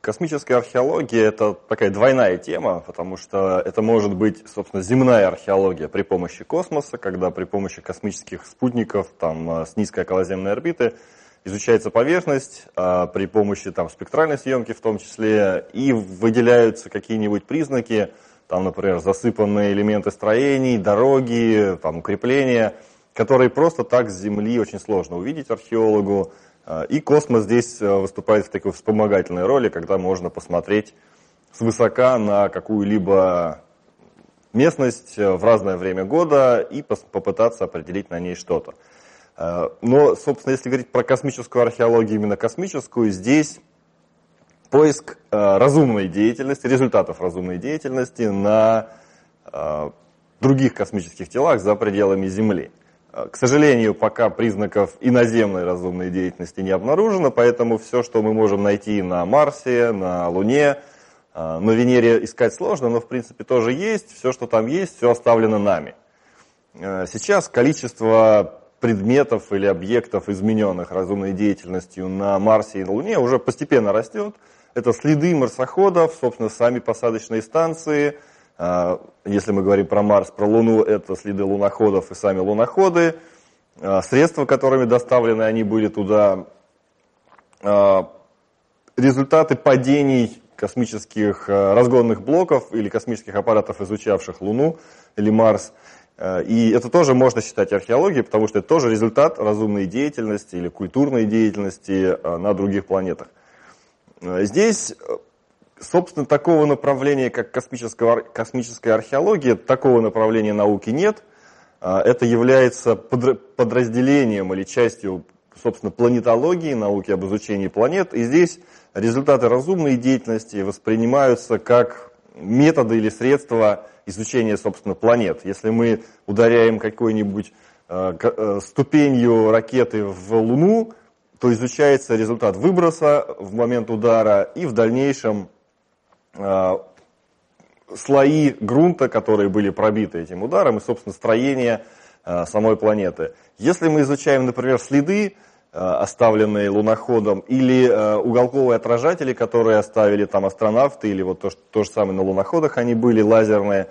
Космическая археология – это такая двойная тема, потому что это может быть, собственно, земная археология при помощи космоса, когда при помощи космических спутников с низкой околоземной орбиты изучается поверхность, при помощи спектральной съемки в том числе, и выделяются какие-нибудь признаки, например, засыпанные элементы строений, дороги, укрепления, которые просто так с Земли очень сложно увидеть археологу. И космос здесь выступает в такой вспомогательной роли, когда можно посмотреть свысока на какую-либо местность в разное время года и попытаться определить на ней что-то. Но, собственно, если говорить про космическую археологию, именно космическую, здесь поиск разумной деятельности, результатов разумной деятельности на других космических телах за пределами Земли. К сожалению, пока признаков иноземной разумной деятельности не обнаружено, поэтому все, что мы можем найти на Марсе, на Луне, на Венере искать сложно, но в принципе тоже есть. Все, что там есть, все оставлено нами. Сейчас количество предметов или объектов, измененных разумной деятельностью на Марсе и на Луне, уже постепенно растет. Это следы марсоходов, собственно, сами посадочные станции. Если мы говорим про Марс, про Луну, это следы луноходов и сами луноходы, средства, которыми доставлены они были туда, результаты падений космических разгонных блоков или космических аппаратов, изучавших Луну или Марс. И это тоже можно считать археологией, потому что это тоже результат разумной деятельности или культурной деятельности на других планетах. Здесь, собственно, такого направления, как космическая археология, такого направления науки нет. Это является подразделением или частью, собственно, планетологии, науки об изучении планет. И здесь результаты разумной деятельности воспринимаются как методы или средства изучения, собственно, планет. Если мы ударяем какой-нибудь ступенью ракеты в Луну, то изучается результат выброса в момент удара и в дальнейшем слои грунта, которые были пробиты этим ударом, и, собственно, строение самой планеты. Если мы изучаем, например, следы, оставленные луноходом, или уголковые отражатели, которые оставили там астронавты, или вот то же самое на луноходах они были, лазерные,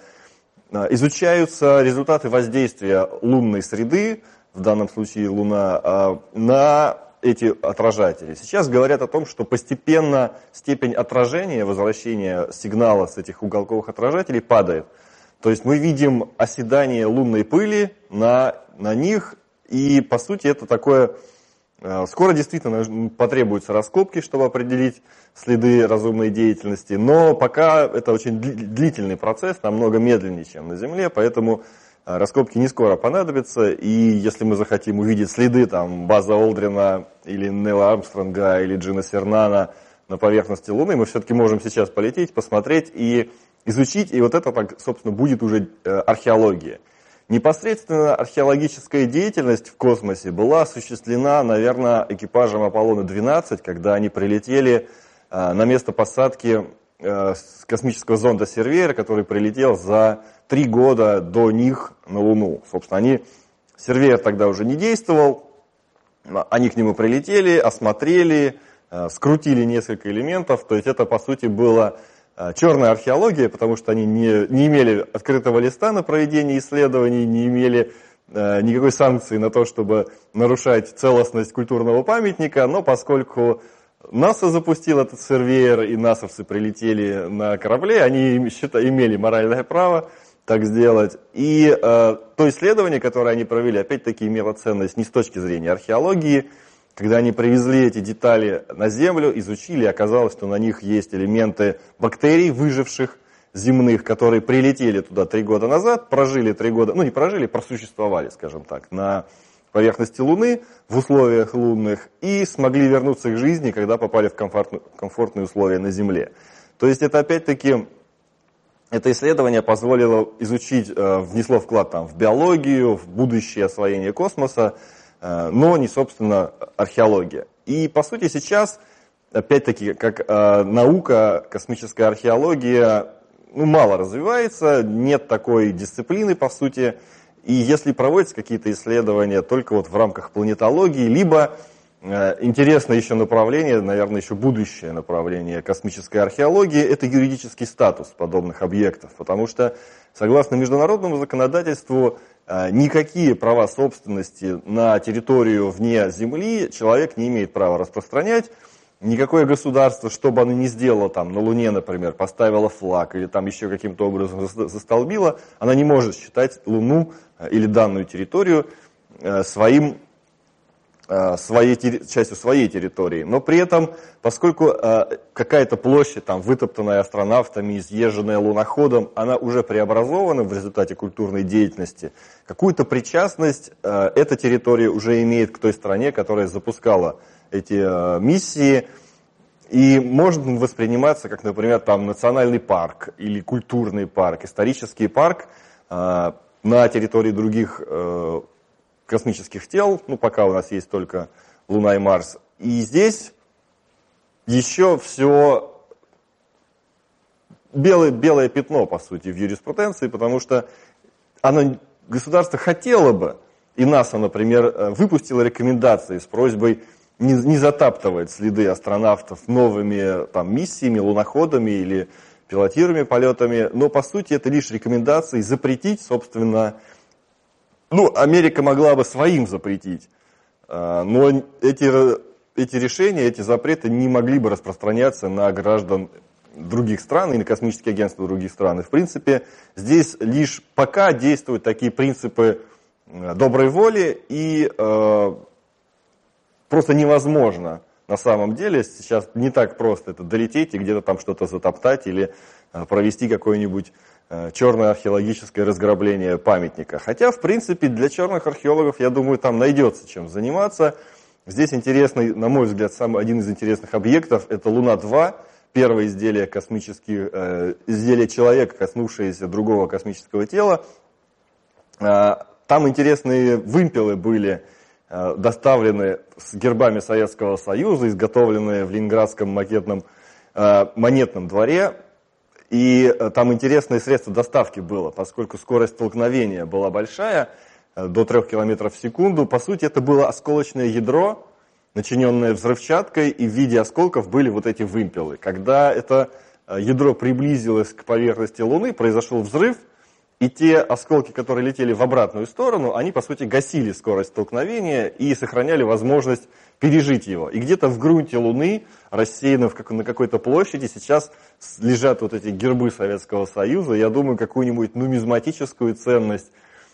изучаются результаты воздействия лунной среды, в данном случае Луна, на эти отражатели. Сейчас говорят о том, что постепенно степень отражения, возвращения сигнала с этих уголковых отражателей падает. То есть мы видим оседание лунной пыли на них, и по сути это такое... Скоро действительно потребуются раскопки, чтобы определить следы разумной деятельности, но пока это очень длительный процесс, намного медленнее, чем на Земле, поэтому раскопки не скоро понадобятся, и если мы захотим увидеть следы База Олдрина или Нила Армстронга или Джина Сернана на поверхности Луны, мы все-таки можем сейчас полететь, посмотреть и изучить, и вот это, собственно, будет уже археология. Непосредственно археологическая деятельность в космосе была осуществлена, наверное, экипажем Аполлона-12, когда они прилетели на место посадки с космического зонда Сервер, который прилетел за 3 года до них на Луну. Собственно, Сервер тогда уже не действовал, они к нему прилетели, осмотрели, скрутили несколько элементов, то есть это, по сути, было черная археология, потому что они не имели открытого листа на проведение исследований, не имели никакой санкции на то, чтобы нарушать целостность культурного памятника, но поскольку НАСА запустил этот сервер, и насовцы прилетели на корабле, они имели моральное право так сделать. И то исследование, которое они провели, опять-таки имело ценность не с точки зрения археологии. Когда они привезли эти детали на Землю, изучили, оказалось, что на них есть элементы бактерий, выживших земных, которые прилетели туда 3 года назад, прожили 3 года, не прожили, просуществовали, скажем так, на поверхности Луны, в условиях лунных, и смогли вернуться к жизни, когда попали в комфортные условия на Земле. То есть это опять-таки, это исследование позволило изучить, внесло вклад в биологию, в будущее освоение космоса, но не, собственно, археология. И, по сути, сейчас, опять-таки, как наука, космическая археология, мало развивается, нет такой дисциплины, по сути, и если проводятся какие-то исследования только в рамках планетологии, либо Интересное еще направление, наверное, еще будущее направление космической археологии – это юридический статус подобных объектов, потому что, согласно международному законодательству, никакие права собственности на территорию вне Земли человек не имеет права распространять. Никакое государство, что бы оно ни сделало, там, на Луне, например, поставило флаг или там еще каким-то образом застолбило, она не может считать Луну или данную территорию частью своей территории. Но при этом, поскольку какая-то площадь, там, вытоптанная астронавтами, изъезженная луноходом, она уже преобразована в результате культурной деятельности, какую-то причастность эта территория уже имеет к той стране, которая запускала эти миссии, и может восприниматься как, например, там, национальный парк или культурный парк, исторический парк на территории других космических тел, ну, пока у нас есть только Луна и Марс. И здесь еще все белое пятно, по сути, в юриспруденции, потому что государство хотело бы, и НАСА, например, выпустило рекомендации с просьбой не затаптывать следы астронавтов новыми там, миссиями, луноходами или пилотируемыми полетами, но, по сути, это лишь рекомендации запретить, собственно. Америка могла бы своим запретить, но эти решения, эти запреты не могли бы распространяться на граждан других стран и на космические агентства других стран. И, в принципе, здесь лишь пока действуют такие принципы доброй воли, и просто невозможно на самом деле сейчас не так просто это долететь и где-то там что-то затоптать или провести какое-нибудь черное археологическое разграбление памятника. Хотя, в принципе, для черных археологов, я думаю, там найдется чем заниматься. Здесь интересный, на мой взгляд, один из интересных объектов – это Луна-2, первое изделие изделие человека, коснувшееся другого космического тела. Там интересные вымпелы были доставлены с гербами Советского Союза, изготовленные в Ленинградском монетном дворе. И там интересное средство доставки было, поскольку скорость столкновения была большая, до 3 км в секунду. По сути, это было осколочное ядро, начиненное взрывчаткой, и в виде осколков были вот эти вымпелы. Когда это ядро приблизилось к поверхности Луны, произошел взрыв, и те осколки, которые летели в обратную сторону, они, по сути, гасили скорость столкновения и сохраняли возможность пережить его. И где-то в грунте Луны, рассеянно на какой-то площади, сейчас лежат вот эти гербы Советского Союза. Я думаю, какую-нибудь нумизматическую ценность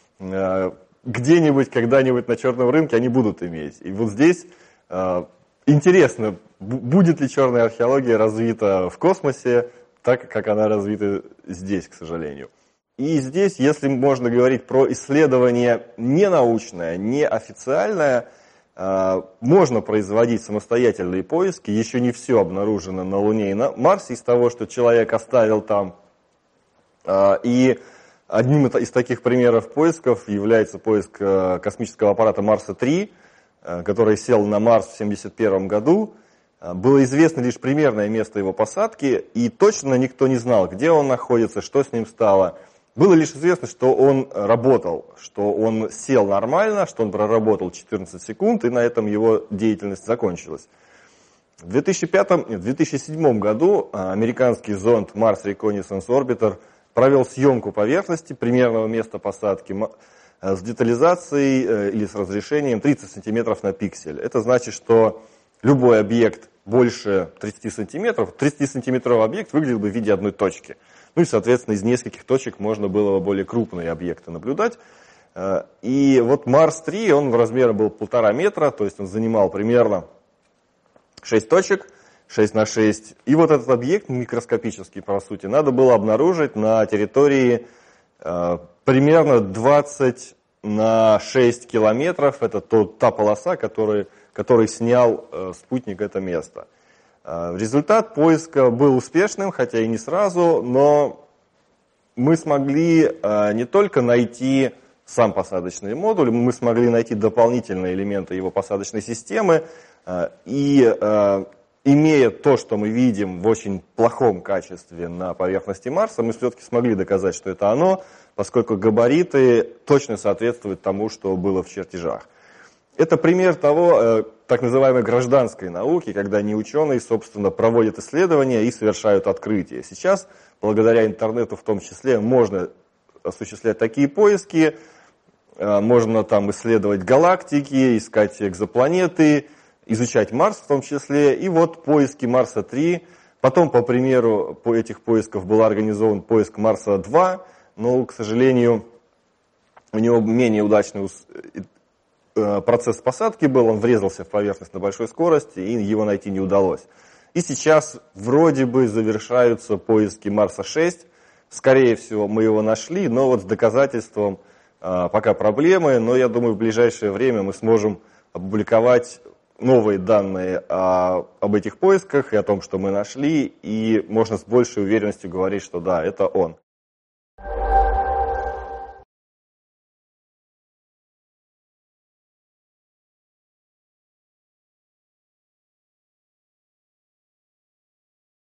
где-нибудь, когда-нибудь на черном рынке они будут иметь. И вот здесь интересно, будет ли черная археология развита в космосе, так как она развита здесь, к сожалению. И здесь, если можно говорить про исследование не научное, не официальное, можно производить самостоятельные поиски. Еще не все обнаружено на Луне и на Марсе из того, что человек оставил там. И одним из таких примеров поисков является поиск космического аппарата Марса-3, который сел на Марс в 1971 году. Было известно лишь примерное место его посадки, и точно никто не знал, где он находится, что с ним стало. Было лишь известно, что он работал, что он сел нормально, что он проработал 14 секунд, и на этом его деятельность закончилась. В 2007 году американский зонд Mars Reconnaissance Orbiter провел съемку поверхности примерного места посадки с детализацией или с разрешением 30 см на пиксель. Это значит, что любой объект больше 30 см, 30-сантиметровый объект выглядел бы в виде одной точки. Ну и, соответственно, из нескольких точек можно было бы более крупные объекты наблюдать. И вот Марс-3, он в размере был 1,5 метра, то есть он занимал примерно 6 точек, 6 на 6. И вот этот объект микроскопический, по сути, надо было обнаружить на территории примерно 20 на 6 километров. Это та полоса, который снял спутник это место. Результат поиска был успешным, хотя и не сразу, но мы смогли не только найти сам посадочный модуль, мы смогли найти дополнительные элементы его посадочной системы, и имея то, что мы видим в очень плохом качестве на поверхности Марса, мы все-таки смогли доказать, что это оно, поскольку габариты точно соответствуют тому, что было в чертежах. Это пример того, так называемой гражданской науки, когда не ученые, собственно, проводят исследования и совершают открытия. Сейчас, благодаря интернету в том числе, можно осуществлять такие поиски, можно там исследовать галактики, искать экзопланеты, изучать Марс в том числе. И вот поиски Марса-3. Потом, по примеру этих поисков, был организован поиск Марса-2, но, к сожалению, у него менее удачный процесс посадки был, он врезался в поверхность на большой скорости, и его найти не удалось. И сейчас вроде бы завершаются поиски Марса-6. Скорее всего, мы его нашли, но вот с доказательством пока проблемы. Но я думаю, в ближайшее время мы сможем опубликовать новые данные об этих поисках и о том, что мы нашли, и можно с большей уверенностью говорить, что да, это он.